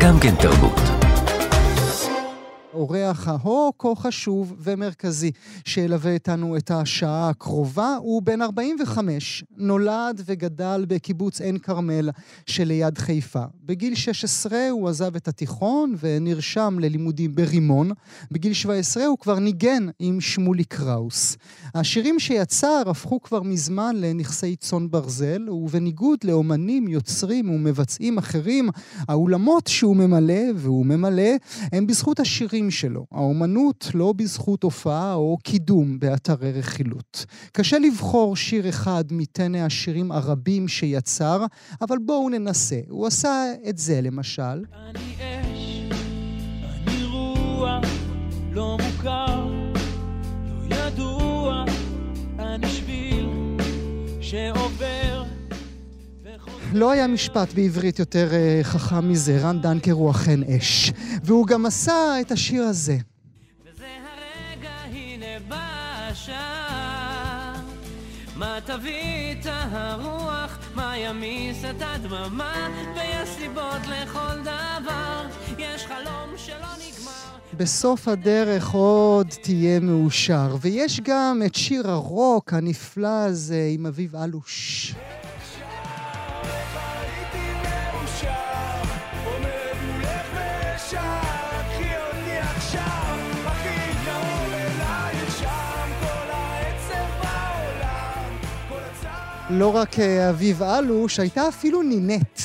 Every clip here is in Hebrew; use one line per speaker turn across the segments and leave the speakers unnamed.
גם כן תרבות.
אורח כה חשוב ומרכזי שילווה איתנו את השעה הקרובה, הוא בן 45, נולד וגדל בקיבוץ עין כרמל שליד חיפה. בגיל 16 הוא עזב את התיכון ונרשם ללימודים ברימון. בגיל 17 הוא כבר ניגן עם שמולי קראוס. השירים שיצר הפכו כבר מזמן לנכסי צאן ברזל, ובניגוד לאומנים, יוצרים ומבצעים אחרים, האולמות שהוא ממלא והוא ממלא הם בזכות השירים שלו. האומנות לא בזכות הופעה או קידום באתרי רכילות. קשה לבחור שיר אחד מתני השירים הרבים שיצר, אבל בואו ננסה. הוא עשה את זה למשל.
אני אש, אני רוח, לא מוכר, לא ידוע, אני שביל שעובר.
לא היה משפט בעברית יותר חכם מזה, רן דנקר הוא אכן אש. והוא גם עשה את השיר הזה.
וזה הרגע, הנה בשעה, מה תביא את הרוח, מה ימיס את הדממה, ויש סיבות לכל דבר, יש חלום שלא נגמר.
בסוף הדרך עוד תהיה מאושר. ויש גם את שיר הרוק הנפלא הזה עם אביב אלוש. לא רק אביב אלוש, הייתה אפילו נינט.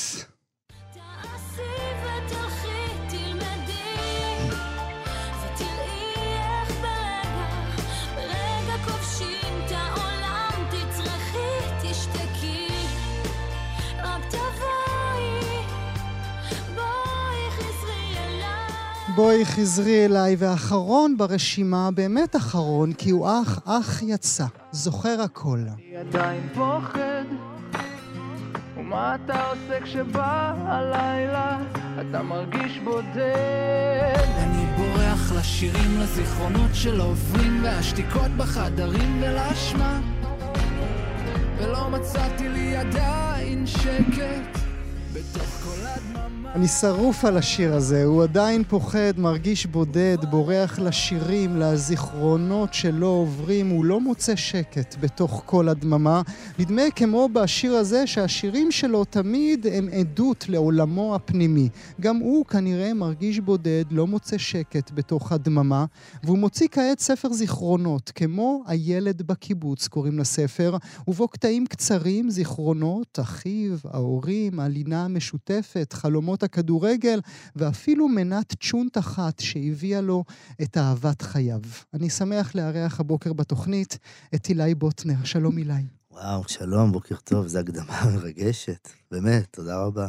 בואי חזרי אליי, ואחרון ברשימה, באמת אחרון, כי הוא אח יצא, זוכר הכל.
אני עדיין פוחד, ומה אתה עושה כשבא הלילה, אתה מרגיש בודד. אני בורח לשירים, לזיכרונות של עוברים, והשתיקות בחדרים ולאשמה, ולא מצאתי לי עדיין שקט בתוך כל הדממה.
אני שרוף על השיר הזה, הוא עדיין פוחד, מרגיש בודד, בורח לשירים, לזיכרונות שלא עוברים, הוא לא מוצא שקט בתוך כל הדממה. נדמה כמו בשיר הזה שהשירים שלו תמיד הם עדות לעולמו הפנימי. גם הוא כנראה מרגיש בודד, לא מוצא שקט בתוך הדממה, והוא מוציא כעת ספר זיכרונות, כמו הילד בקיבוץ קוראים לספר, ובו קטעים קצרים, זיכרונות, אחיו, ההורים, הלינה המשותפת, חלומות הכדורגל, ואפילו מנת צ'ונט אחת שהביאה לו את אהבת חייו. אני שמח לארח הבוקר בתוכנית את אילי בוטנר. שלום אילי.
וואו, שלום, בוקר טוב, זו הקדמה מרגשת. באמת, תודה רבה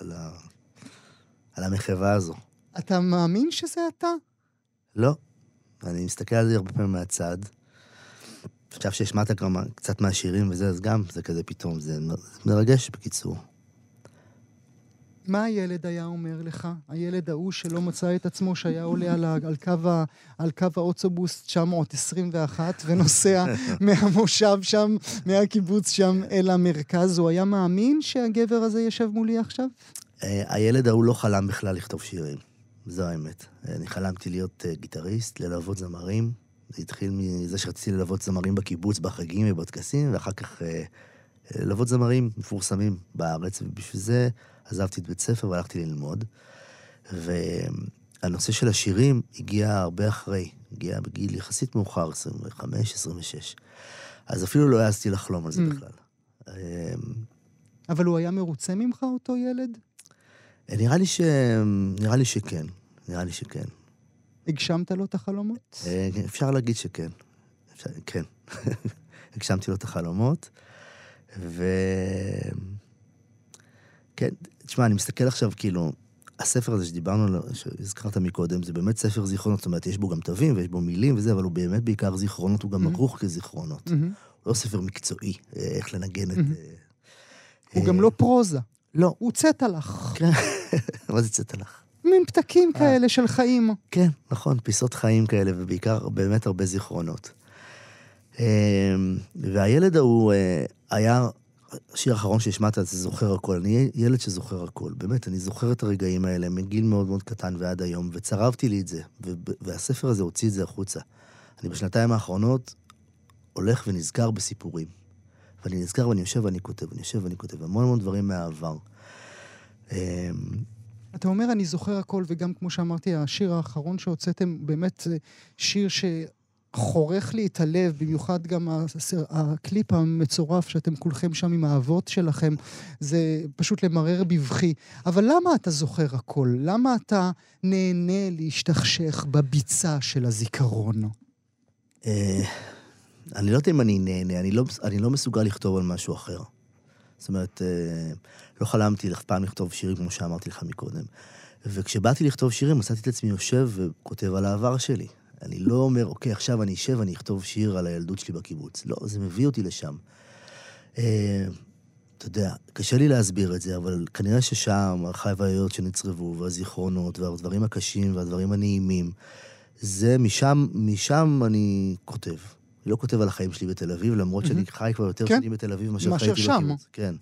על המחווה הזו.
אתה מאמין שזה אתה?
לא, אני מסתכל על זה הרבה פעמים מהצד. עכשיו שהשמעת קצת מהשירים וזה, אז גם זה כזה פתאום, זה מרגש בקיצור.
מה הילד היה אומר לך? הילד ההוא שלא מצא את עצמו, שהיה עולה על קו האוטובוס 921 ונוסע מהמושב שם, מהקיבוץ שם אל המרכז. הוא היה מאמין שהגבר הזה ישב מולי עכשיו?
הילד ההוא לא חלם בכלל לכתוב שירים. זו האמת. אני חלמתי להיות גיטריסט, ללוות זמרים. זה התחיל מזה שרציתי ללוות זמרים בקיבוץ, בחגים ובטקסים, ואחר כך ללוות זמרים מפורסמים בארץ, ובשביל זה עזבתי את בית ספר והלכתי ללמוד. והנושא של השירים הגיע הרבה אחרי, הגיע בגיל יחסית מאוחר, 25, 26. אז אפילו לא העזתי לחלום על זה בכלל.
אבל הוא היה מרוצה ממך אותו ילד?
נראה לי שכן.
הגשמת לו את החלומות?
אפשר להגיד שכן. כן. הגשמתי לו את החלומות. כן, תשמע, אני מסתכל עכשיו, כאילו, הספר הזה שדיברנו, שהזכרת מקודם, זה באמת ספר זיכרונות, זאת אומרת, יש בו גם תווים ויש בו מילים וזה, אבל הוא באמת בעיקר זיכרונות, הוא גם ערוך כזיכרונות. הוא לא ספר מקצועי, איך לנגן את...
הוא גם לא פרוזה.
לא.
הוא צטלך.
כן, מה זה צטלך?
מין פתקים כאלה של חיים.
כן, נכון, פיסות חיים כאלה, ובעיקר באמת הרבה זיכרונות. והילד ההוא היה השיר האחרון שהשמעת, זה זוכר הכל. אני ילד שזוכר הכל. באמת, אני זוכר את הרגעים האלה, מגיל מאוד מאוד קטן ועד היום, וצרבתי לי את זה, והספר הזה הוציא את זה החוצה. אני בשנתיים האחרונות הולך ונזכר בסיפורים. ואני נזכר ואני יושב ואני כותב, המון המון דברים מהעבר.
אתה אומר, אני זוכר הכל, וגם כמו שאמרתי, השיר האחרון שהוצאתם, באמת שיר שחורך לי את הלב, במיוחד גם הקליפ המצורף שאתם כולכם שם עם האבות שלכם, זה פשוט למרר בבכי. אבל למה אתה זוכר הכל? למה אתה נהנה להשתכשך בביצה של הזיכרון?
אני לא יודע אם אני נהנה, אני לא מסוגל לכתוב על משהו אחר. זאת אומרת, לא חלמתי פעם לכתוב שירים כמו שאמרתי לך מקודם. וכשבאתי לכתוב שירים, מצאתי את עצמי יושב וכותב על העבר שלי. אני לא אומר, אוקיי, עכשיו אני אשב ואני אכתוב שיר על הילדות שלי בקיבוץ. לא, זה מביא אותי לשם. אתה יודע, קשה לי להסביר את זה, אבל כנראה ששם, החוויות שנצרבו, והזיכרונות, והדברים הקשים, והדברים הנעימים, זה משם אני כותב. אני לא כותב על החיים שלי בתל אביב, למרות שאני חי כבר יותר שנים בתל אביב, מאשר חייתי בקיבוץ. כן.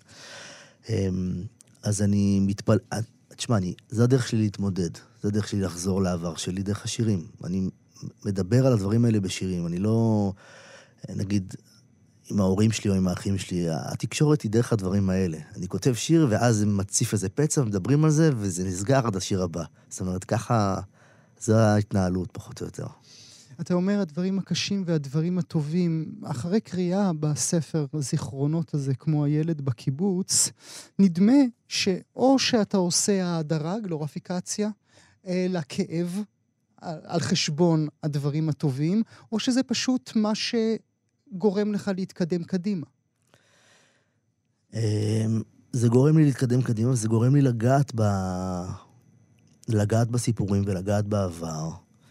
אז אני מתפל... תשמע, זו הדרך שלי להתמודד. זו הדרך שלי לחזור לעבר שלי דרך השירים. אני מדבר על הדברים האלה בשירים. אני לא, נגיד, עם ההורים שלי או עם האחים שלי, התקשורת היא דרך הדברים האלה. אני כותב שיר, ואז זה מציף איזה פצע, מדברים על זה, וזה נסגר עד השיר הבא. זאת אומרת, ככה, זו ההתנהלות, פחות או יותר.
אתה אומר, הדברים הקשים והדברים הטובים, אחרי קריאה בספר הזיכרונות הזה, כמו הילד בקיבוץ, נדמה שאו שאתה עושה ההדרה, גלוריפיקציה, לכאב, על חשבון הדברים הטובים, או שזה פשוט מה שגורם לך להתקדם קדימה.
זה גורם לי להתקדם קדימה, זה גורם לי לגעת בסיפורים ולגעת בעבר.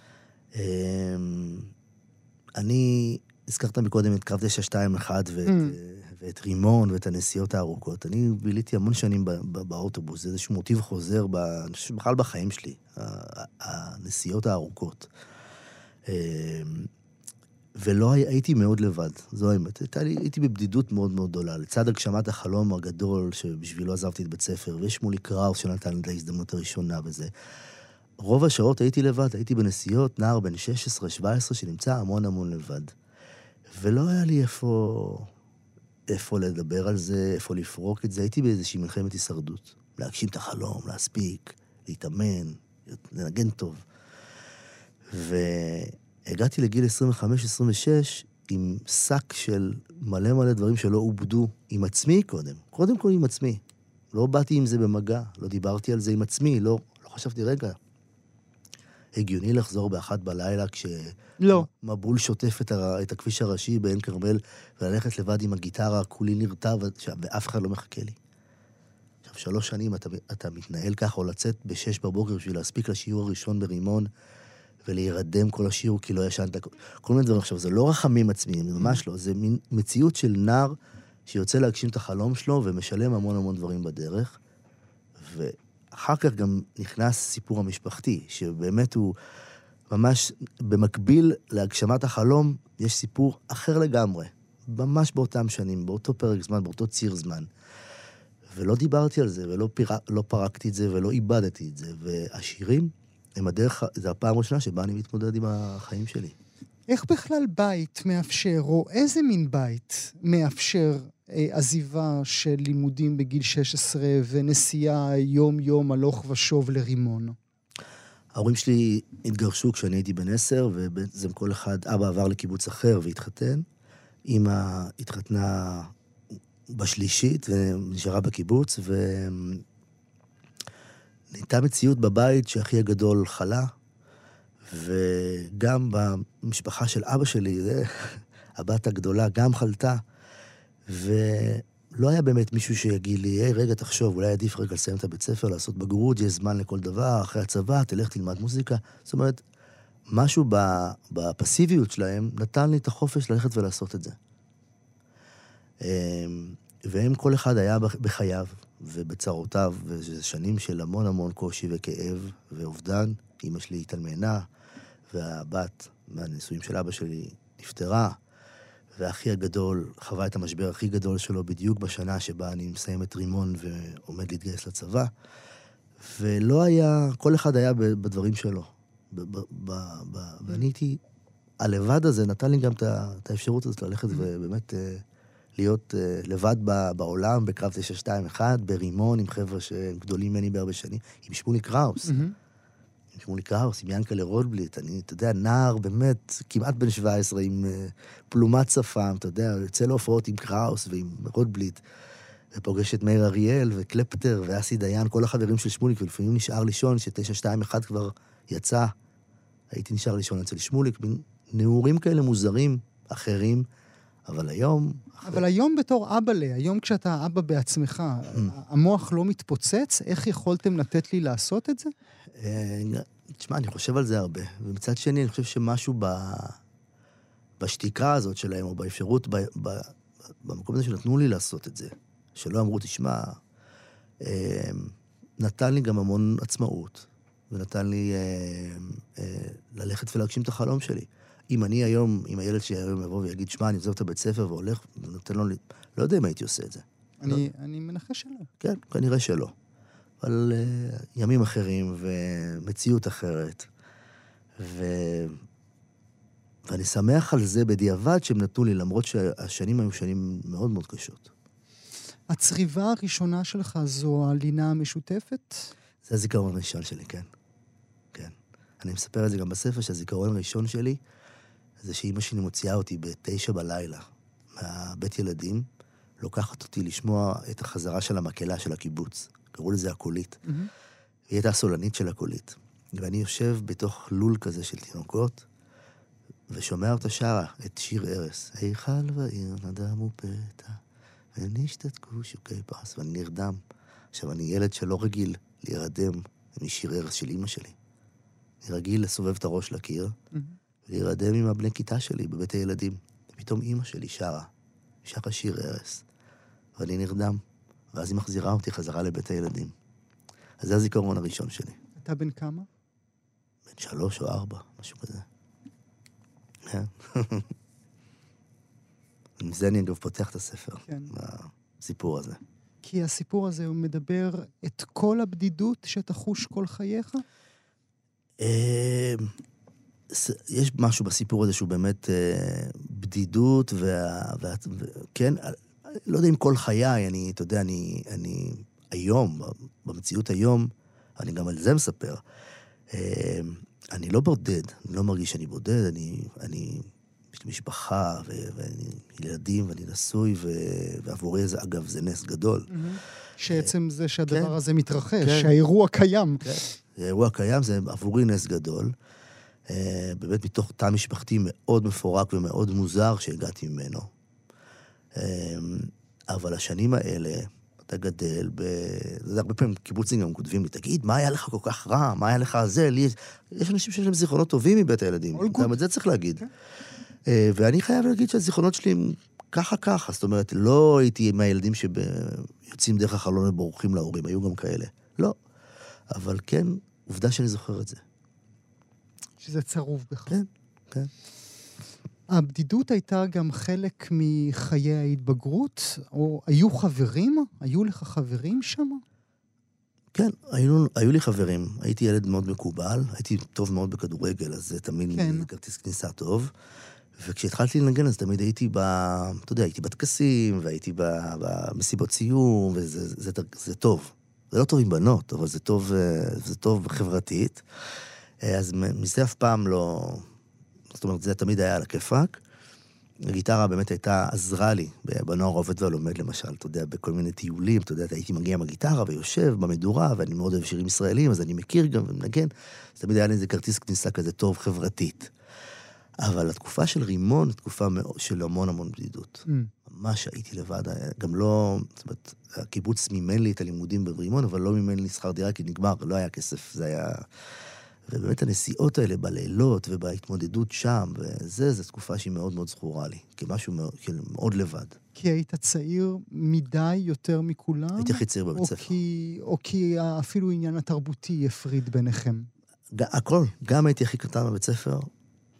אני, הזכרת מקודם את קו 921 ואת רימון ואת הנסיעות הארוכות. אני ביליתי המון שנים באוטובוס, זה איזשהו מוטיב חוזר, אני חושב בכלל בחיים שלי, הנסיעות הארוכות. ולא הייתי מאוד לבד, זו האמת. הייתי בבדידות מאוד מאוד גדולה, לצד הגשמת החלום הגדול שבשבילו עזבתי את בית ספר, ויש מולי קראוס שנתן לי את ההזדמנות הראשונה וזה. רוב השעות הייתי לבד, הייתי בנסיעות, נער בן 16-17 שנמצא המון לבד. ולא היה לי איפה לדבר על זה, איפה לפרוק את זה. הייתי באיזושהי מלחמת הישרדות. להגשים את החלום, להספיק, להתאמן, לנגן טוב. והגעתי לגיל 25-26 עם שק של מלא דברים שלא עובדו עם עצמי קודם. קודם כל עם עצמי. לא באתי עם זה במגע, לא דיברתי על זה עם עצמי, לא חשבתי רגע. הגיוני לחזור באחת בלילה כשמבול שוטף את הכביש הראשי בעין כרמל וללכת לבד עם הגיטרה, כולי נרתע ואף אחד לא מחכה לי. עכשיו 3 שנים אתה מתנהל ככה או לצאת ב6 בבוקר בשביל להספיק לשיעור הראשון ברימון ולהירדם כל השיעור כי לא ישנת. כל מיני דברים. עכשיו זה לא רחמים עצמיים, זה ממש לא. זה מין מציאות של נער שיוצא להגשים את החלום שלו ומשלם המון דברים בדרך. אחר כך גם נכנס סיפור המשפחתי, שבאמת הוא ממש במקביל להגשמת החלום, יש סיפור אחר לגמרי, ממש באותם שנים, באותו פרק זמן, באותו ציר זמן. ולא דיברתי על זה, ולא פרקתי את זה, ולא איבדתי את זה. והשירים הם הדרך, זה הפעם הראשונה שבה אני מתמודד עם החיים שלי.
איך בכלל בית מאפשר, או איזה מין בית מאפשר עזיבה של לימודים בגיל 16 ונסיעה יום הלוך ושוב לרימון?
ההורים שלי התגרשו כשאני הייתי בן 10, ובעצם כל אחד, אבא עבר לקיבוץ אחר והתחתן. אמא התחתנה בשלישית ונשארה בקיבוץ, ונהייתה מציאות בבית שהכי הגדול חלה, וגם במשפחה של אבא שלי, הבת הגדולה גם חלתה, ולא היה באמת מישהו שיגיד לי, היי, רגע, תחשוב, אולי עדיף רגע לסיים את הבית ספר, לעשות בגרות, יש זמן לכל דבר, אחרי הצבא, תלך תלמד מוזיקה. זאת אומרת, משהו בפסיביות שלהם נתן לי את החופש ללכת ולעשות את זה. והם כל אחד היה בחייו ובצרותיו, וזה שנים של המון קושי וכאב ואובדן. אמא שלי התאלמנה, והבת מהנישואים של אבא שלי נפטרה, והאחי הגדול חווה את המשבר הכי גדול שלו בדיוק בשנה שבה אני מסיים את רימון ועומד להתגייס לצבא. ולא היה, כל אחד היה בדברים שלו. ואני הייתי, הלבד הזה נתן לי גם את האפשרות הזאת ללכת ובאמת להיות לבד בעולם, בקרב 921, ברימון, עם חבר'ה שהם גדולים ממני בהרבה שנים, עם שמוליק קראוס. עם שמוליק קראוס, עם ינקלה רוטבליט. אני, אתה יודע, נער באמת, כמעט בן 17, עם פלומת שפם, אתה יודע, יוצא להופעות עם קראוס ועם רוטבליט, ופוגש את מאיר אריאל וקלפטר ואסי דיין, כל החברים של שמוליק, ולפעמים נשאר לישון, ש921 כבר יצא. הייתי נשאר לישון אצל שמוליק, נעורים כאלה מוזרים, אחרים, אבל היום...
אבל היום בתור אבא היום כשאתה אבא בעצמך, המוח לא מתפוצץ? איך יכולתם לתת לי לעשות את זה?
תשמע, אני חושב על זה הרבה. ומצד שני, אני חושב שמשהו בשתיקה הזאת שלהם, או באפשרות, במקום הזה שנתנו לי לעשות את זה, שלא אמרו, תשמע, נתן לי גם המון עצמאות, ונתן לי ללכת ולהגשים את החלום שלי. אם אני היום, אם הילד שלי היום יבוא ויגיד, שמע, אני עוזב את הבית ספר והולך, ונותן לו, לא יודע אם הייתי עושה את זה.
אני מנחש שלא.
כן, כנראה שלא. אבל ימים אחרים ומציאות אחרת. ואני שמח על זה בדיעבד שהם נתנו לי, למרות שהשנים היו שנים מאוד מאוד קשות.
הצריבה הראשונה שלך זו הלינה המשותפת?
זה הזיכרון הראשון שלי, כן. כן. אני מספר את זה גם בספר, שהזיכרון הראשון שלי, זה שאמא שלי מוציאה אותי ב9 בלילה, מהבית ילדים, לוקחת אותי לשמוע את החזרה של המקהלה של הקיבוץ. קראו לזה הקולית. היא הייתה הסולנית של הקולית. ואני יושב בתוך לול כזה של תינוקות, ושומע אותה שרה את שיר ארס. היכל ועיר נדם ופתע, ונשתתקו שוקי פרס, ואני נרדם. עכשיו, אני ילד שלא רגיל להירדם משיר ארס של אמא שלי. אני רגיל לסובב את הראש לקיר, ולהירדם עם הבני כיתה שלי בבית הילדים. ופתאום אמא שלי שרה שיר ארס, ואני נרדם. ואז היא מחזירה אותי חזרה לבית הילדים. אז זה הזיכרון הראשון שלי.
אתה בן כמה?
בן 3 או 4, משהו כזה. כן. ומזה אני אגב פותח את הספר. כן. הסיפור הזה.
כי הסיפור הזה הוא מדבר את כל הבדידות שתחוש כל חייך?
יש משהו בסיפור הזה שהוא באמת בדידות, כן, לא יודע אם כל חיי, אתה יודע, אני היום, במציאות היום, אני גם על זה מספר, אני לא בודד, אני לא מרגיש שאני בודד, יש לי משפחה, ואני ילדים, ואני נשוי, ועבורי זה, אגב, זה נס גדול.
שעצם זה שהדבר הזה מתרחש, שהאירוע קיים.
האירוע קיים, זה עבורי נס גדול, באמת מתוך תא משפחתי מאוד מפורק ומאוד מוזר שהגעתי ממנו. אבל השנים האלה, אתה גדל, זה הרבה פעמים קיבוצים גם כותבים לי, תגיד, מה היה לך כל כך רע? מה היה לך זה? יש אנשים שיש להם זיכרונות טובים מבית הילדים. גם את זה צריך להגיד. ואני חייב להגיד שהזיכרונות שלי הם ככה. זאת אומרת, לא הייתי מהילדים שיוצאים דרך החלון ובורחים להורים, היו גם כאלה. לא. אבל כן, עובדה שאני זוכר את זה.
שזה צרוב בך.
כן, כן.
הבדידות הייתה גם חלק מחיי ההתבגרות, או היו חברים? היו לך חברים שם?
כן, היו לי חברים. הייתי ילד מאוד מקובל, הייתי טוב מאוד בכדורגל, אז זה תמיד כרטיס כניסה טוב. וכשהתחלתי לנגן, אז תמיד הייתי אתה יודע, הייתי בטקסים, והייתי במסיבות סיום, וזה טוב. זה לא טוב עם בנות, אבל זה טוב חברתית. אז מזה אף פעם לא... זאת אומרת, זה תמיד היה על הכיפק. הגיטרה באמת עזרה לי, בנוער עובד והלומד למשל, אתה יודע, בכל מיני טיולים, אתה יודע, הייתי מגיע עם הגיטרה ויושב במדורה, ואני מאוד אוהב שירים ישראלים, אז אני מכיר גם ומנגן, אז תמיד היה לי איזה כרטיס כניסה כזה טוב חברתית. אבל התקופה של רימון, תקופה של המון בדידות. ממש הייתי לבד, גם לא, זאת אומרת, הקיבוץ מימן לי את הלימודים ברימון, אבל לא מימן לי שכר דירה, כי נגמר, לא היה כסף, זה היה... ובאמת הנסיעות האלה בלילות ובהתמודדות שם, זו תקופה שהיא מאוד מאוד זכורה לי, כמשהו מאוד לבד.
כי היית צעיר מדי יותר מכולם?
הייתי הכי צעיר בבית ספר.
או כי אפילו עניין התרבותי יפריד ביניכם?
הכל, גם הייתי הכי קטן בבית ספר,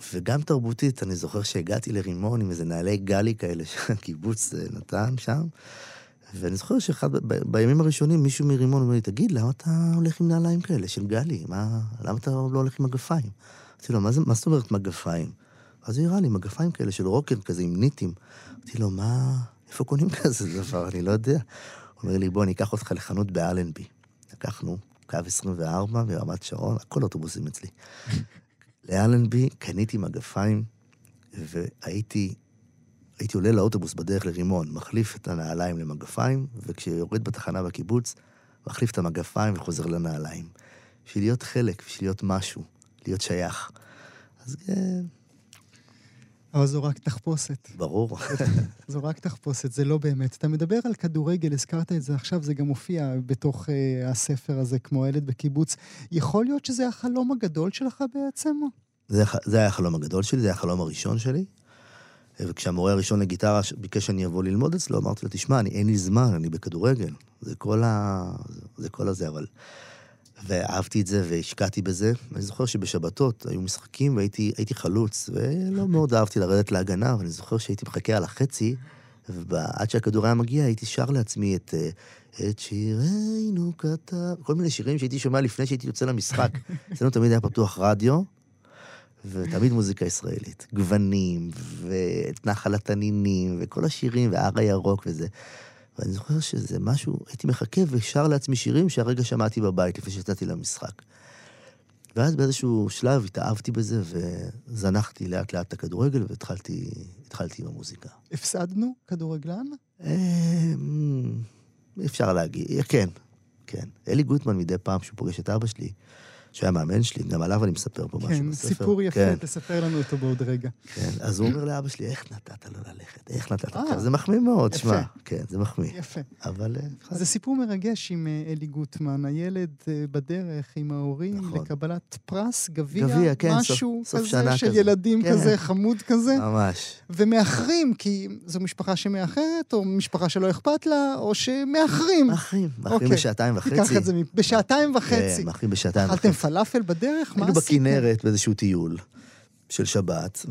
וגם תרבותית, אני זוכר שהגעתי לרימון עם איזה נעלי גלי כאלה שהקיבוץ נתן שם, ואני זוכר בימים הראשונים מישהו מרימון אומר לי, תגיד, למה אתה הולך עם נעליים כאלה של גלי? למה אתה לא הולך עם מגפיים? אמרתי לו, מה זאת אומרת מגפיים? אז הוא הראה לי מגפיים כאלה של רוקר כזה עם ניטים. אמרתי לו, איפה קונים כזה דבר? אני לא יודע. הוא אומר לי, בוא, אני אקח אותך לחנות באלנבי. לקחנו קו 24 ברמת שרון, הכל אוטובוסים אצלי. לאלנבי קניתי מגפיים, והייתי עולה לאוטובוס בדרך לרימון, מחליף את הנעליים למגפיים, וכשיורד בתחנה בקיבוץ, מחליף את המגפיים וחוזר לנעליים. בשביל להיות חלק, בשביל להיות משהו, להיות שייך. אז כן.
אבל זו רק תחפושת.
ברור.
זו רק תחפושת, זה לא באמת. אתה מדבר על כדורגל, הזכרת את זה עכשיו, זה גם מופיע בתוך הספר הזה, כמו הילד בקיבוץ. יכול להיות שזה החלום הגדול שלך בעצם?
זה היה החלום הגדול שלי, זה היה החלום הראשון שלי. וכשהמורה הראשון לגיטרה ביקש שאני אבוא ללמוד אצלו, אמרתי לו, תשמע, אין לי זמן, אני בכדורגל. זה כל הזה, אבל... ואהבתי את זה והשקעתי בזה. אני זוכר שבשבתות היו משחקים והייתי חלוץ, ולא מאוד אהבתי לרדת להגנה, אבל אני זוכר שהייתי מחכה על החצי, ועד שהכדור היה מגיע, הייתי שר לעצמי את שירנו כתב, כל מיני שירים שהייתי שומע לפני שהייתי יוצא למשחק. אצלנו תמיד היה פתוח רדיו, ותמיד מוזיקה ישראלית. גוונים, ואת נחל התנינים, וכל השירים, והר הירוק וזה. ואני זוכר שזה משהו, הייתי מחכה ושר לעצמי שירים שהרגע שמעתי בבית לפני שיצאתי למשחק. ואז באיזשהו שלב התאהבתי בזה, וזנחתי לאט לאט את הכדורגל, והתחלתי עם המוזיקה.
הפסדנו כדורגלן?
אפשר להגיד, כן. אלי גוטמן מדי פעם שהוא פוגש את אבא שלי, שהיה מאמן שלי, גם עליו אני מספר פה משהו בספר.
כן, סיפור יפה, תספר לנו אותו בעוד רגע.
כן, אז הוא אומר לאבא שלי, איך נתת לו ללכת? איך נתת לו? זה מחמיא מאוד, שמע. כן, זה מחמיא.
יפה.
אבל...
זה סיפור מרגש עם אלי גוטמן, הילד בדרך עם ההורים לקבלת פרס, גביע, משהו כזה של ילדים כזה, חמוד כזה.
ממש.
ומאחרים, כי זו משפחה שמאחרת, או משפחה שלא אכפת לה, או שמאחרים.
מאחרים בשעתיים וחצי.
תיקח את זה בשעתיים וחצי.
כן, מאחרים בשעתיים וחצי.
אכלתם פלאפל בדרך? מה
היינו
עשיתם?
בכנרת באיזשהו טיול של שבת,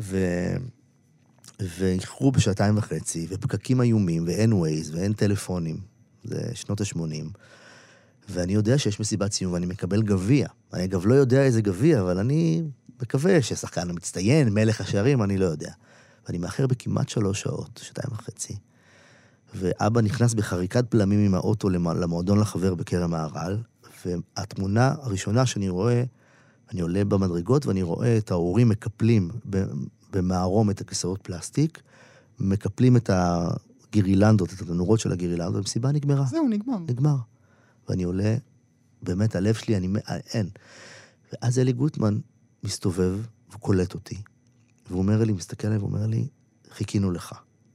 ואיחרו בשעתיים וחצי, ופקקים איומים, ואין ווייז, ואין טלפונים. זה שנות ה-80. ואני יודע שיש מסיבת סיום, ואני מקבל גביע. אני אגב לא יודע איזה גביע, אבל אני מקווה ששחקן המצטיין, מלך השערים, אני לא יודע. ואני מאחר בכמעט 3 שעות, 2.5. ואבא נכנס בחריקת בלמים עם האוטו למועדון לחבר בכרם הערל, והתמונה הראשונה שאני רואה, אני עולה במדרגות ואני רואה את ההורים מקפלים במערום את הכיסאות פלסטיק, מקפלים את הגירילנדות, את התנורות של הגירילנדות, ומסיבה נגמרה.
זהו,
נגמר. ואני עולה, באמת הלב שלי, אין. ואז אלי גוטמן מסתובב וקולט אותי, והוא אומר לי, מסתכל עליי ואומר לי, חיכינו לך.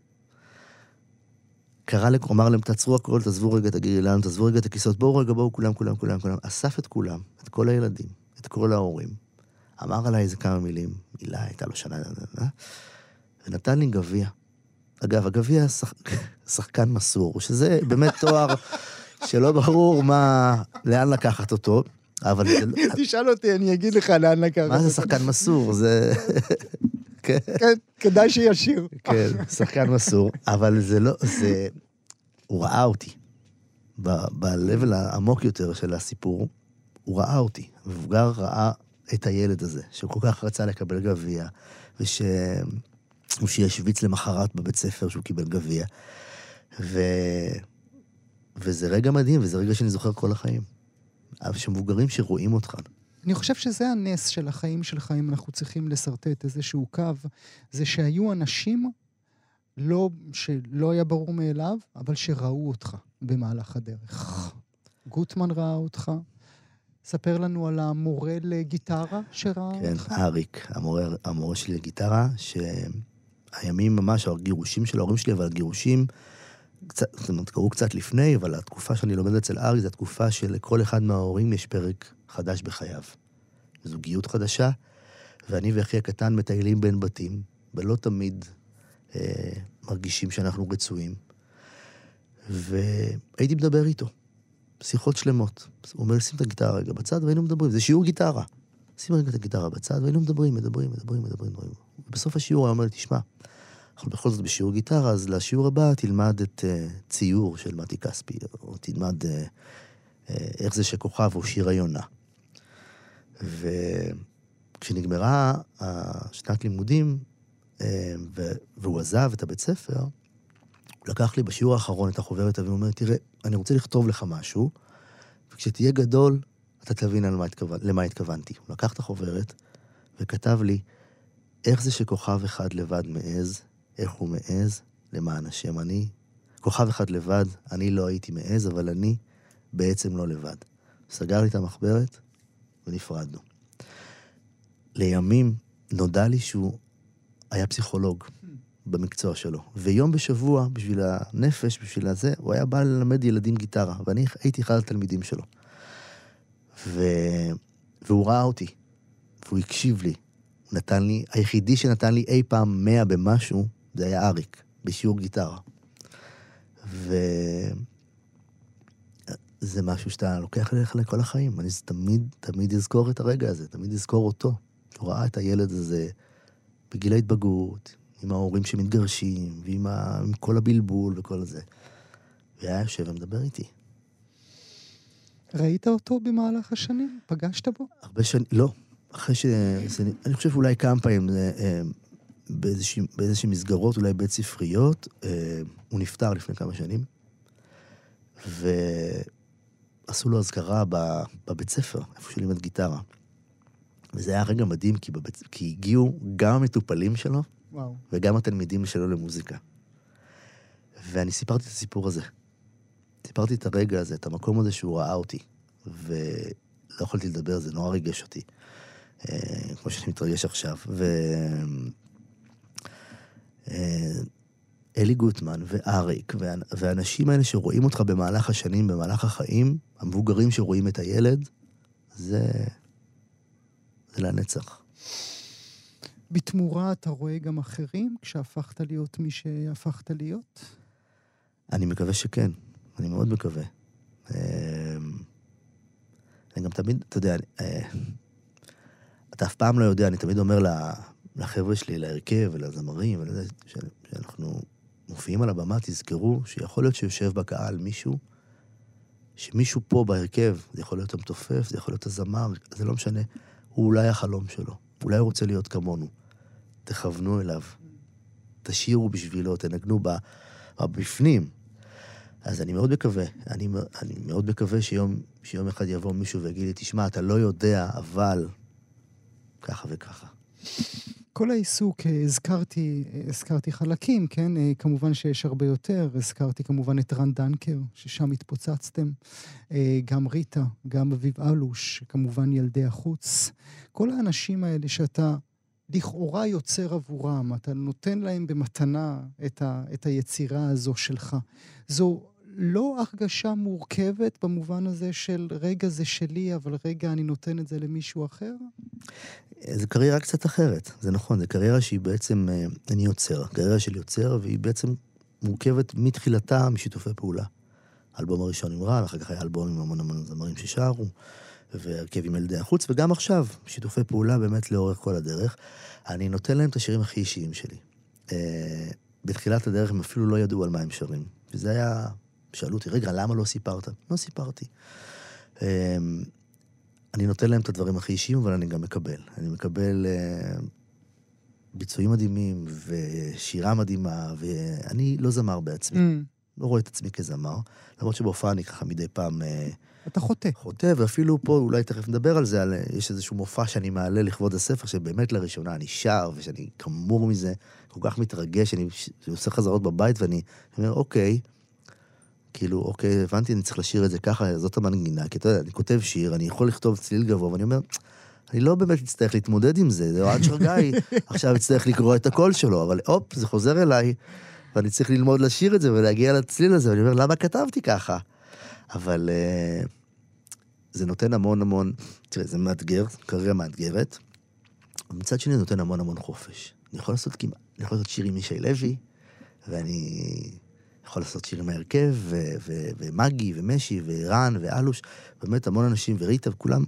אמר להם, תעצרו הכל, תעזבו רגע את הגירילנד, תעזבו רגע את הכיסאות, בואו כולם. אסף את כולם, את כל הילדים, את כל ההורים. אמר עליי איזה כמה מילים, מילה, הייתה לו שנה, ונתן לי גביע. אגב, הגביע שחקן מסור, שזה באמת תואר שלא ברור לאן לקחת אותו, אבל...
תשאל אותי, אני אגיד לך לאן לקחת אותו.
מה זה שחקן מסור? זה...
כן, כדאי שישיר.
כן, שחקן מסור, אבל זה לא, הוא ראה אותי. בלבל העמוק יותר של הסיפור, הוא ראה אותי. המבוגר ראה את הילד הזה, שהוא כל כך רצה לקבל גביע, שישוויץ למחרת בבית ספר שהוא קיבל גביע. וזה רגע מדהים, וזה רגע שאני זוכר כל החיים. אבל שמבוגרים שרואים אותך.
אני חושב שזה הנס של החיים שלך, אם אנחנו צריכים לסרטט איזשהו קו, זה שהיו אנשים שלא היה ברור מאליו, אבל שראו אותך במהלך הדרך. גוטמן ראה אותך. ספר לנו על המורה לגיטרה שראה אותך.
כן, אריק, המורה שלי לגיטרה, שהימים ממש, הגירושים של ההורים שלי, אבל הגירושים, זאת אומרת, קראו קצת לפני, אבל התקופה שאני לומד אצל אריק, זו התקופה שלכל אחד מההורים יש פרק חדש בחייו. זוגיות חדשה, ואני ואחי הקטן מטיילים בין בתים, ולא תמיד מרגישים שאנחנו רצויים. והייתי מדבר איתו, שיחות שלמות. הוא אומר, שים את הגיטרה רגע בצד, והיינו מדברים, זה שיעור גיטרה. שים רגע את הגיטרה בצד, והיינו מדברים. ובסוף השיעור הוא אומר לי, תשמע, אנחנו בכל זאת בשיעור גיטרה, אז לשיעור הבא תלמד את ציור של מתי כספי, או תלמד איך זה שכוכב הוא שיר היונה. וכשנגמרה שנת לימודים, והוא עזב את הבית ספר, הוא לקח לי בשיעור האחרון את החוברת, והוא אומר, תראה, אני רוצה לכתוב לך משהו, וכשתהיה גדול, אתה תבין למה התכוונתי. הוא לקח את החוברת, וכתב לי, איך זה שכוכב אחד לבד מעז, איך הוא מעז, למען השם אני. כוכב אחד לבד, אני לא הייתי מעז, אבל אני בעצם לא לבד. סגר לי את המחברת, ונפרדנו. לימים נודע לי שהוא היה פסיכולוג במקצוע שלו. ויום בשבוע, בשביל הנפש, בשביל הזה, הוא היה בא ללמד ילדים גיטרה, ואני הייתי אחד התלמידים שלו. והוא ראה אותי, והוא הקשיב לי. הוא נתן לי, היחידי שנתן לי אי פעם 100 במשהו, זה היה אריק, בשיעור גיטרה. זה משהו שאתה לוקח אליך לכל החיים. אני תמיד אזכור את הרגע הזה, תמיד אזכור אותו. הוא ראה את הילד הזה בגיל ההתבגרות, עם ההורים שמתגרשים, ועם כל הבלבול וכל זה. והיה יושב ומדבר איתי.
ראית אותו במהלך השנים? פגשת בו?
הרבה שנים, לא. אחרי אני חושב שאולי כמה פעמים, באיזושהי מסגרות, אולי בית ספריות, הוא נפטר לפני כמה שנים, ועשו לו הזכרה בבית ספר, איפה שלימד גיטרה. וזה היה רגע מדהים, כי הגיעו גם המטופלים שלו,
וואו.
וגם התלמידים שלו למוזיקה. ואני סיפרתי את הסיפור הזה. סיפרתי את הרגע הזה, את המקום הזה שהוא ראה אותי, ולא יכולתי לדבר, זה נורא ריגש אותי. כמו שאני מתרגש עכשיו. אלי גוטמן ואריק, והאנשים האלה שרואים אותך במהלך השנים, במהלך החיים, המבוגרים שרואים את הילד, זה לנצח.
בתמורה אתה רואה גם אחרים, כשהפכת להיות מי שהפכת להיות?
אני מקווה שכן. אני מאוד מקווה. אני גם תמיד, אתה יודע, אתה אף פעם לא יודע, אני תמיד אומר לחבר'ה שלי, להרכב ולזמרים, שאנחנו מופיעים על הבמה, תזכרו שיכול להיות שיושב בקהל מישהו, שמישהו פה בהרכב, זה יכול להיות המתופף, זה יכול להיות הזמר, זה לא משנה, הוא אולי החלום שלו, אולי הוא רוצה להיות כמונו. תכוונו אליו, תשירו בשבילו, תנגנו בפנים. אז אני מאוד מקווה, אני מאוד מקווה שיום אחד יבוא מישהו ויגיד לי, תשמע, אתה לא יודע, אבל ככה וככה.
כל העיסוק, הזכרתי חלקים, כן? כמובן שיש הרבה יותר. הזכרתי כמובן את רן דנקר, ששם התפוצצתם. גם ריטה, גם אביב אלוש, כמובן ילדי החוץ. כל האנשים האלה שאתה לכאורה יוצר עבורם, אתה נותן להם במתנה את היצירה הזו שלך. זו לא הרגשה מורכבת במובן הזה של רגע זה שלי, אבל רגע אני נותן את זה למישהו אחר?
זה קריירה קצת אחרת, זה נכון, זה קריירה שהיא בעצם, אני יוצר, קריירה של יוצר, והיא בעצם מורכבת מתחילתה משיתופי פעולה. האלבום הראשון עם רן, אחר כך היה אלבום עם המון זמרים ששרו, והרכב עם ילדי החוץ, וגם עכשיו, שיתופי פעולה באמת לאורך כל הדרך. אני נותן להם את השירים הכי אישיים שלי. בתחילת הדרך הם אפילו לא ידעו על מה הם שרים. וזה היה, שאלו אותי, רגע, למה לא סיפרת? לא סיפרתי. אני נותן להם את הדברים הכי אישיים, אבל אני גם מקבל. אני מקבל ביצועים מדהימים, ושירה מדהימה, ואני לא זמר בעצמי. לא רואה את עצמי כזמר, למרות שבהופעה אני ככה מדי פעם
אתה חוטא.
חוטא, ואפילו פה אולי תכף נדבר על זה, יש איזשהו מופע שאני מעלה לכבוד הספר, שבאמת לראשונה אני שר, ושאני כמור מזה, כל כך מתרגש, אני עושה חזרות בבית, ואני אומר, אוקיי, כאילו, אוקיי, הבנתי, אני צריך לשיר את זה ככה, זאת המנגינה, כי אתה יודע, אני כותב שיר, אני יכול לכתוב צליל גבוה, ואני אומר, אני לא באמת אצטרך להתמודד עם זה, זה אוהד שרגאי, עכשיו אצטרך לקרוא את הקול שלו, אבל אופ, זה חוזר אליי, ואני צריך ללמוד לשיר את זה, ולהגיע לצליל הזה, ואני אומר, למה כתבתי ככה? אבל זה נותן המון, תראה, זה מאתגר, קריירה מאתגרת, ומצד שני נותן המון חופש. אני יכול לעשות שירים מישי לוי, ואני יכול לעשות שירים מהרכב, ומגי, ומשי, ורן, ואלוש, באמת המון אנשים, וריטה, וכולם,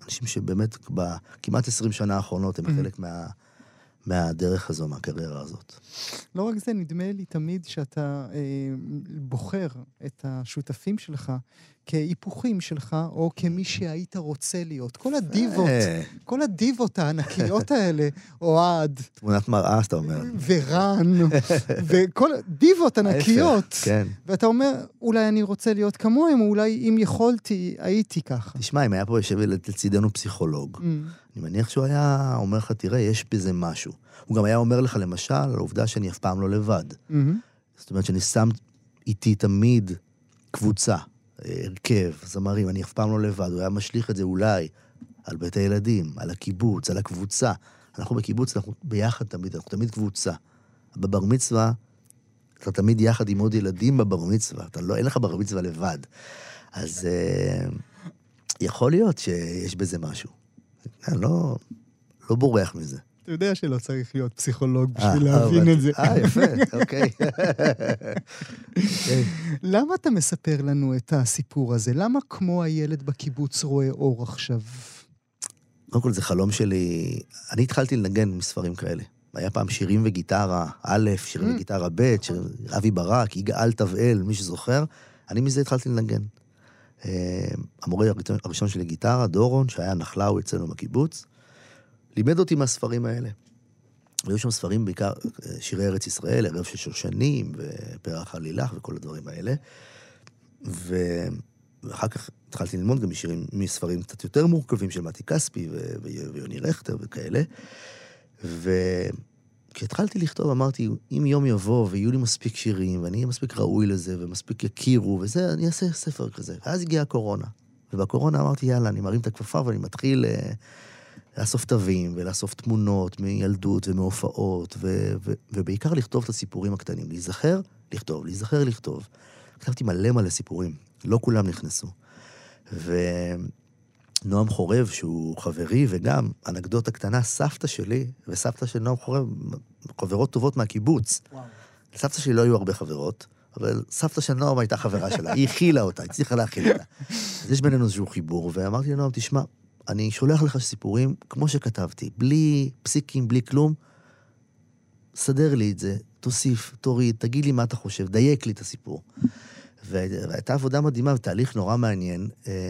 אנשים שבאמת בכמעט 20 שנה האחרונות הם חלק מהדרך הזו, מהקריירה הזאת.
לא רק זה, נדמה לי תמיד שאתה בוחר את השותפים שלך כהיפוכים שלך, או כמי שהיית רוצה להיות. כל הדיבות הענקיות האלה, אוהד.
תמונת מראה, אתה אומר.
ורן, וכל דיבות ענקיות.
כן.
ואתה אומר, אולי אני רוצה להיות כמוהם, או אולי אם יכולתי, הייתי ככה.
תשמע, אם היה פה יושב לצידנו פסיכולוג, אני מניח שהוא היה אומר לך, תראה, יש בזה משהו. הוא גם היה אומר לך, למשל, על העובדה שאני אף פעם לא לבד. זאת אומרת שאני שם איתי תמיד קבוצה, הרכב, זמרים, אני אף פעם לא לבד. הוא היה משליך את זה אולי על בית הילדים, על הקיבוץ, על הקבוצה. אנחנו בקיבוץ, אנחנו ביחד תמיד, אנחנו תמיד קבוצה. בבר מצווה, אתה תמיד יחד עם עוד ילדים בבר מצווה. אין לך בר מצווה לבד. אז יכול להיות שיש בזה משהו. לא בורח מזה.
אתה יודע שלא צריך להיות פסיכולוג בשביל להבין את זה.
יפה, אוקיי.
למה אתה מספר לנו את הסיפור הזה? למה כמו הילד בקיבוץ רואה אור עכשיו?
קודם כל, זה חלום שלי. אני התחלתי לנגן מספרים כאלה. היה פעם שירים וגיטרה א', שירים וגיטרה ב', אבי ברק, יגאל תבאל, מי שזוכר. אני מזה התחלתי לנגן. המורה הראשון שלי גיטרה, דורון, שהיה נחלאו אצלנו בקיבוץ, לימד אותי מהספרים האלה. והיו שם ספרים בעיקר, שירי ארץ ישראל, ערב של שושנים, ופרח עלילך וכל הדברים האלה. ואחר כך התחלתי ללמוד גם מספרים קצת יותר מורכבים של מתי כספי ויוני רכטר וכאלה. וכשהתחלתי לכתוב, אמרתי, אם יום יבוא ויהיו לי מספיק שירים, ואני אהיה מספיק ראוי לזה, ומספיק יכירו, וזה, אני אעשה ספר כזה. ואז הגיעה הקורונה. ובקורונה אמרתי, יאללה, אני מרים את הכפפה, ואני מתחיל לאסוף תווים, ולאסוף תמונות מילדות ומהופעות, ובעיקר לכתוב את הסיפורים הקטנים. להיזכר, לכתוב, להיזכר, לכתוב. כתבתי מלא סיפורים. לא כולם נכנסו. נועם חורב, שהוא חברי, וגם אנקדוטה קטנה, סבתא שלי, וסבתא של נועם חורב, חברות טובות מהקיבוץ. סבתא שלי לא היו הרבה חברות, אבל סבתא של נועם הייתה חברה שלה, היא הכילה אותה, היא צריכה להכיל אותה. אז יש בינינו איזשהו חיבור, ואמרתי לנועם, תשמע, אני שולח לך סיפורים כמו שכתבתי, בלי פסיקים, בלי כלום, סדר לי את זה, תוסיף, תוריד, תגיד לי מה אתה חושב, דייק לי את הסיפור. והייתה עבודה מדהימה, ותהליך נורא מעניין,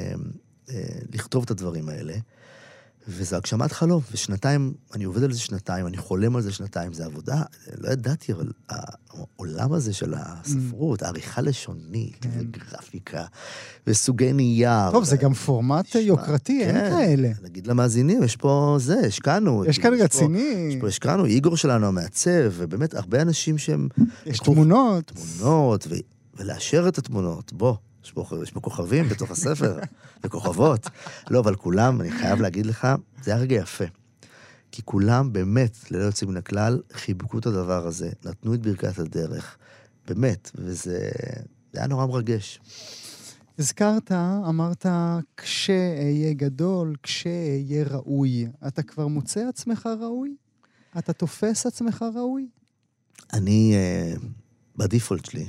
לכתוב את הדברים האלה, וזה הגשמת חלום, ושנתיים, אני עובד על זה שנתיים, אני חולם על זה שנתיים, זה עבודה, לא ידעתי, אבל העולם הזה של הספרות, העריכה לשונית, וגרפיקה, וסוגי נייר.
טוב, זה גם פורמט יוקרתי, אין כאלה.
נגיד למאזינים, יש פה זה, השקענו.
יש כאן רציני.
יש פה השקענו, איגור שלנו המעצב, ובאמת הרבה אנשים שהם...
יש תמונות.
תמונות, ולאשר את התמונות, בוא. יש פה כוכבים בתוך הספר, וכוכבות. לא, אבל כולם, אני חייב להגיד לך, זה היה רגע יפה. כי כולם באמת, ללא יוצאים מן הכלל, חיבקו את הדבר הזה, נתנו את ברכת הדרך. באמת, וזה היה נורא מרגש.
הזכרת, אמרת, כשאהיה גדול, כשאהיה ראוי. אתה כבר מוצא עצמך ראוי? אתה תופס עצמך ראוי?
אני, בדיפולט שלי,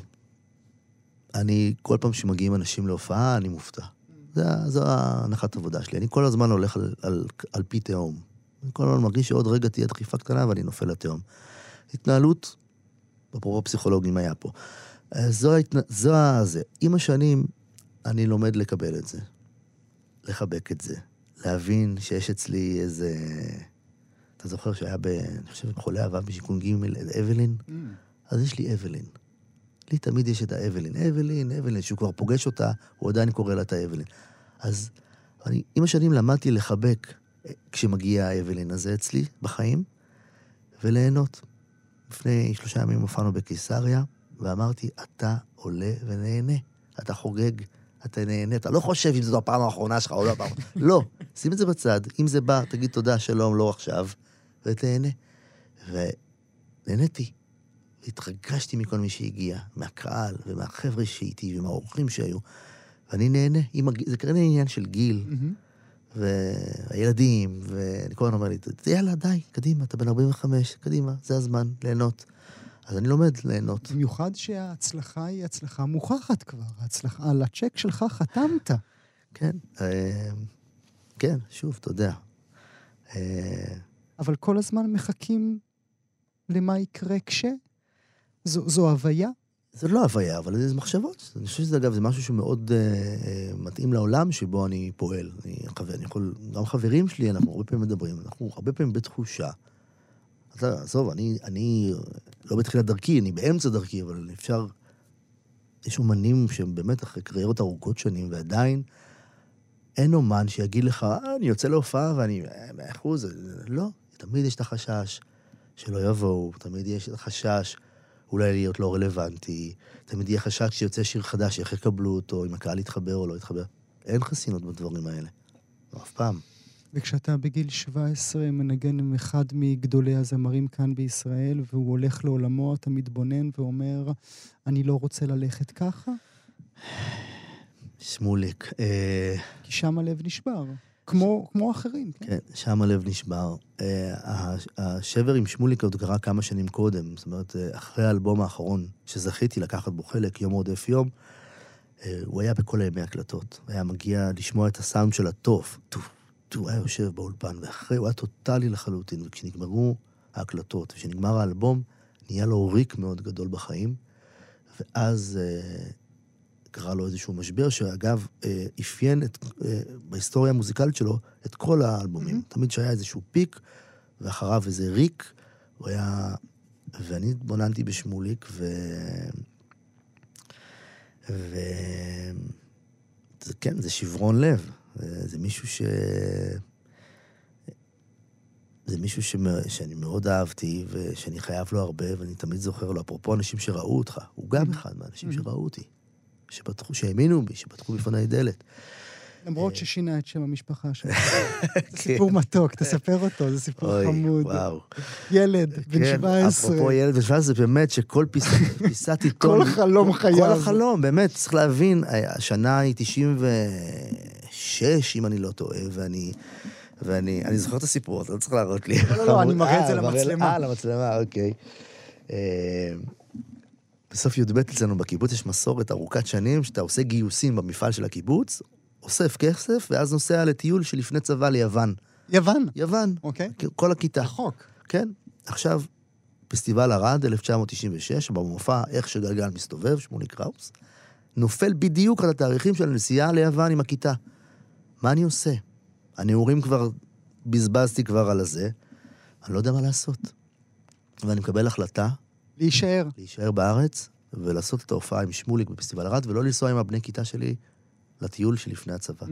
אני, כל פעם שמגיעים אנשים להופעה, אני מופתע. זו הנחת עבודה שלי. אני כל הזמן הולך על פי תהום. אני כל הזמן מרגיש שעוד רגע תהיה דחיפה קטנה, ואני נופל לתהום. התנהלות, בפרופו פסיכולוגים היה פה. זו זה. עם השנים, אני לומד לקבל את זה. לחבק את זה. להבין שיש אצלי איזה... אתה זוכר שהיה אני חושב, חולה אהבה בשיכון ג' אבלין? אז יש לי אבלין. לי תמיד יש את האבלין. אבלין, שהוא כבר פוגש אותה, הוא עדיין קורא לה את האבלין. אז עם השנים למדתי לחבק כשמגיע האבלין הזה אצלי בחיים, וליהנות. לפני 3 ימים הופענו בקיסריה, ואמרתי, אתה עולה ונהנה. אתה חוגג, אתה נהנה. אתה לא חושב אם זו הפעם האחרונה שלך או לא הפעם. לא, שים את זה בצד. אם זה בא, תגיד תודה, שלום, לא עכשיו, ותהנה. ונהניתי. והתרגשתי מכל מי שהגיע, מהקהל ומהחבר'ה שאיתי ומהאורחים שהיו. ואני נהנה. זה כנראה עניין של גיל, והילדים, ואני כל הזמן אומר לי, יאללה, די, קדימה, אתה בן 45, קדימה, זה הזמן, ליהנות. אז אני לומד ליהנות.
במיוחד שההצלחה היא הצלחה מוכחת כבר. על הצ'ק שלך חתמת.
כן. כן, שוב, אתה יודע.
אבל כל הזמן מחכים למה יקרה כש? זו הוויה?
זה לא הוויה, אבל זה מחשבות. אני חושב שזה, אגב, זה משהו שמאוד מתאים לעולם שבו אני פועל. אני יכול, גם חברים שלי, אנחנו הרבה פעמים מדברים, אנחנו הרבה פעמים בתחושה. עזוב, אני לא בתחילת דרכי, אני באמצע דרכי, אבל אפשר, יש אומנים שהם באמת אחרי קריירות ארוכות שנים, ועדיין אין אומן שיגיד לך, אני יוצא להופעה ואני 100%, לא, תמיד יש את החשש שלא יבואו, תמיד יש את החשש אולי להיות לא רלוונטי, תמיד יהיה חשש כשיוצא שיר חדש, איך יקבלו אותו, אם הקהל יתחבר או לא יתחבר. אין חסינות בדברים האלה. לא, אף פעם.
וכשאתה בגיל 17 מנגן עם אחד מגדולי הזמרים כאן בישראל, והוא הולך לעולמו, אתה מתבונן ואומר, אני לא רוצה ללכת ככה?
שמוליק.
כי שם הלב נשבר. כמו אחרים.
כן, שם הלב נשבר. השבר עם שמוליק עוד קרה כמה שנים קודם. זאת אומרת, אחרי האלבום האחרון שזכיתי לקחת בו חלק, יום רודף יום, הוא היה בכל הימי הקלטות. היה מגיע לשמוע את הסאונד של הטוף. הוא היה יושב באולפן, ואחרי הוא היה טוטלי לחלוטין. וכשנגמרו ההקלטות, וכשנגמר האלבום, נהיה לו ריק מאוד גדול בחיים. ואז קרה לו איזשהו משבר, שאגב, אפיין בהיסטוריה המוזיקלית שלו את כל האלבומים. תמיד שהיה איזשהו פיק, ואחריו איזה ריק, הוא היה... ואני התבוננתי בשמוליק, כן, זה שברון לב. זה מישהו זה מישהו שאני מאוד אהבתי, ושאני חייב לו הרבה, ואני תמיד זוכר לו, אפרופו אנשים שראו אותך, הוא גם אחד מהאנשים שראו אותי. שהאמינו בי, שפתחו בפני דלת.
למרות ששינה את שם המשפחה שלך. זה סיפור מתוק, תספר אותו, זה סיפור חמוד. ילד, בן 17.
אפרופו ילד בן 17, זה באמת שכל פיסת עיתון...
כל חלום חייו.
כל החלום, באמת, צריך להבין, השנה היא 96, אם אני לא טועה, ואני זוכר את הסיפור, אתה לא צריך להראות לי.
לא, אני מראה את זה למצלמה.
למצלמה, אוקיי. בסוף י"ב אצלנו בקיבוץ יש מסורת ארוכת שנים, שאתה עושה גיוסים במפעל של הקיבוץ, אוסף כסף, ואז נוסע לטיול שלפני צבא ליוון.
יוון?
יוון.
אוקיי.
כל הכיתה.
רחוק.
כן. עכשיו, פסטיבל ערד, 1996, במופע איך שגלגל מסתובב, שמוליק קראוס, נופל בדיוק על התאריכים של הנסיעה ליוון עם הכיתה. מה אני עושה? הנעורים כבר, בזבזתי כבר על הזה, אני לא יודע מה לעשות. ואני מקבל החלטה, להישאר בארץ, ולעשות את ההופעה עם שמוליק בפסטיבל ערד, ולא לנסוע עם הבני כיתה שלי לטיול שלפני הצבא.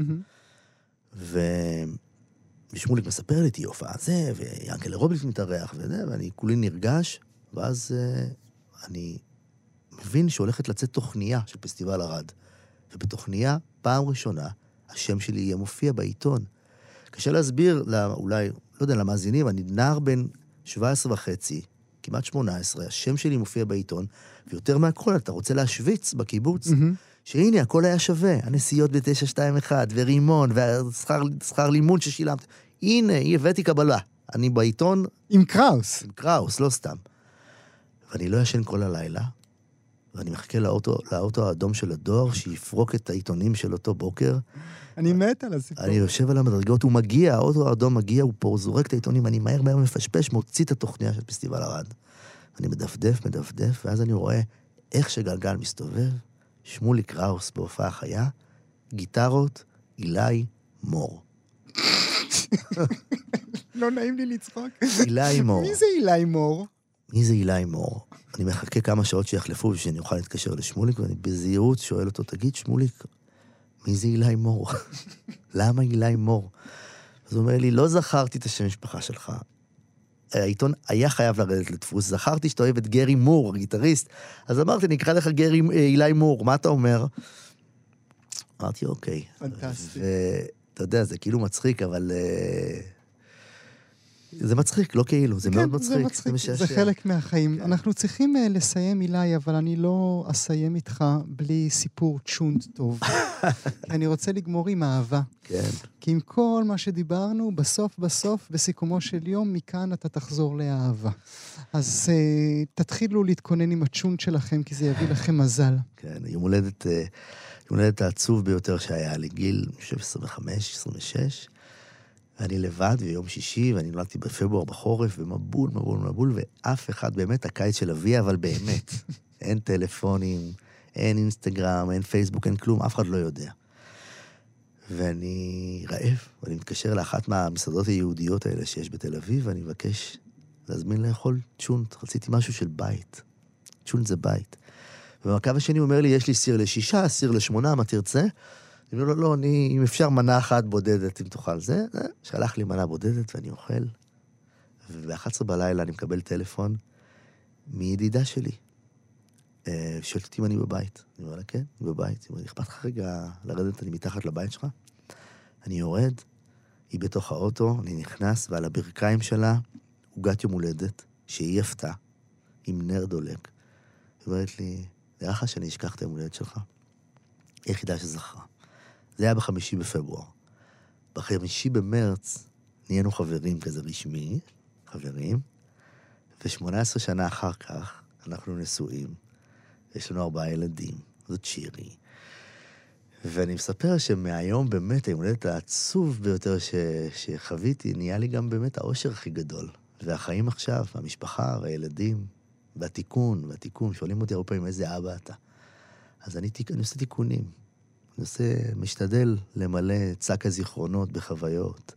ושמוליק מספר לי, תהיה הופעה זה, ויאנקל רובליץ מתארח, ואני כולי נרגש, ואז אני מבין שהולכת לצאת תוכניה של פסטיבל ערד. ובתוכניה, פעם ראשונה, השם שלי יהיה מופיע בעיתון. קשה להסביר, אולי, לא יודע, למאזינים, אני נער בן 17 וחצי, כמעט 18, השם שלי מופיע בעיתון, ויותר מהכל, אתה רוצה להשוויץ בקיבוץ, שהנה, הכל היה שווה, הנסיעות ב-921, ורימון, והשכר לימוד ששילמת. הנה, הבאתי קבלה. אני בעיתון...
עם קראוס.
עם קראוס, לא סתם. ואני לא ישן כל הלילה, ואני מחכה לאוטו האדום של הדואר, שיפרוק את העיתונים של אותו בוקר.
אני מת על הסיפור.
אני יושב על המדרגות, הוא מגיע, האוטו האדום מגיע, הוא פה, זורק את העיתונים, אני מהר מפשפש, מוציא את התוכניה של פסטיבל ערד. אני מדפדף, ואז אני רואה איך שגלגל מסתובב, שמוליק קראוס בהופעה חיה, גיטרות, אילי מור.
לא נעים לי לצחוק.
אילי מור.
מי זה אילי מור?
מי זה אילי מור? אני מחכה כמה שעות שיחלפו ושאני אוכל להתקשר לשמוליק, ואני בזהירות שואל אותו, תגיד, שמוליק, מי זה אילי מור? למה אילי מור? אז הוא אומר לי, לא זכרתי את השם משפחה שלך. העיתון היה חייב לרדת לדפוס, זכרתי שאתה אוהב את גרי מור, הגיטריסט, אז אמרתי, אני אקרא לך אילי מור, מה אתה אומר? אמרתי, אוקיי.
פנטסטי.
אתה יודע, זה כאילו מצחיק, אבל... זה מצחיק, לא כאילו, זה מאוד מצחיק.
כן, זה חלק מהחיים. אנחנו צריכים לסיים אילי, אבל אני לא אסיים איתך בלי סיפור צ'ונט טוב. כי אני רוצה לגמור עם אהבה.
כן.
כי עם כל מה שדיברנו, בסוף, בסיכומו של יום, מכאן אתה תחזור לאהבה. אז תתחילו להתכונן עם הצ'ונט שלכם, כי זה יביא לכם מזל.
כן, יום הולדת העצוב ביותר שהיה לי, גיל, אני חושב, 25, 26, ואני לבד, ויום שישי, ואני נולדתי בפברואר בחורף, ומבול, מבול, מבול, ואף אחד באמת הקיץ של אבי, אבל באמת. אין טלפונים, אין אינסטגרם, אין פייסבוק, אין כלום, אף אחד לא יודע. ואני רעב, ואני מתקשר לאחת מהמסעדות היהודיות האלה שיש בתל אביב, ואני מבקש להזמין לאכול צ'ונט, רציתי משהו של בית. צ'ונט זה בית. ובקו השני הוא אומר לי, יש לי סיר ל6, סיר ל8, מה תרצה? אני אומר לו, לא, אם אפשר מנה אחת בודדת, אם תאכל זה, שלח לי מנה בודדת ואני אוכל. וב-11 בלילה אני מקבל טלפון מידידה שלי. שואלת אותי אם אני בבית. אני אומר לה, כן, אני בבית. היא אומרת, אכפת לך רגע לרדת, אני מתחת לבית שלך? אני יורד, היא בתוך האוטו, אני נכנס, ועל הברכיים שלה, עוגת יום הולדת, שהיא יפתה, עם נר דולק. היא אומרת לי, נראה לך שאני אשכח את היום הולדת שלך? היא היחידה שזכרה. זה היה ב5 בפברואר. ב5 במרץ נהיינו חברים כזה רשמי, חברים, ו18 שנה אחר כך אנחנו נשואים. יש לנו 4 ילדים, זאת שירי. ואני מספר שמהיום באמת היום הולדת העצוב ביותר שחוויתי, נהיה לי גם באמת האושר הכי גדול. והחיים עכשיו, המשפחה והילדים, והתיקון, שואלים אותי הרבה פעמים איזה אבא אתה. אז אני עושה תיקונים. אני משתדל למלא צק הזיכרונות בחוויות,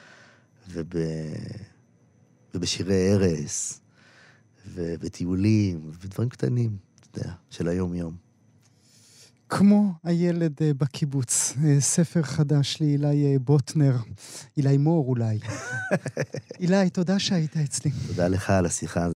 ובשירי ערס, ובטיולים, ודברים קטנים, אתה יודע, של היום-יום.
כמו הילד בקיבוץ, ספר חדש לאילי בוטנר, אילי מור אולי. אילי, תודה שהיית אצלי.
תודה לך על השיחה.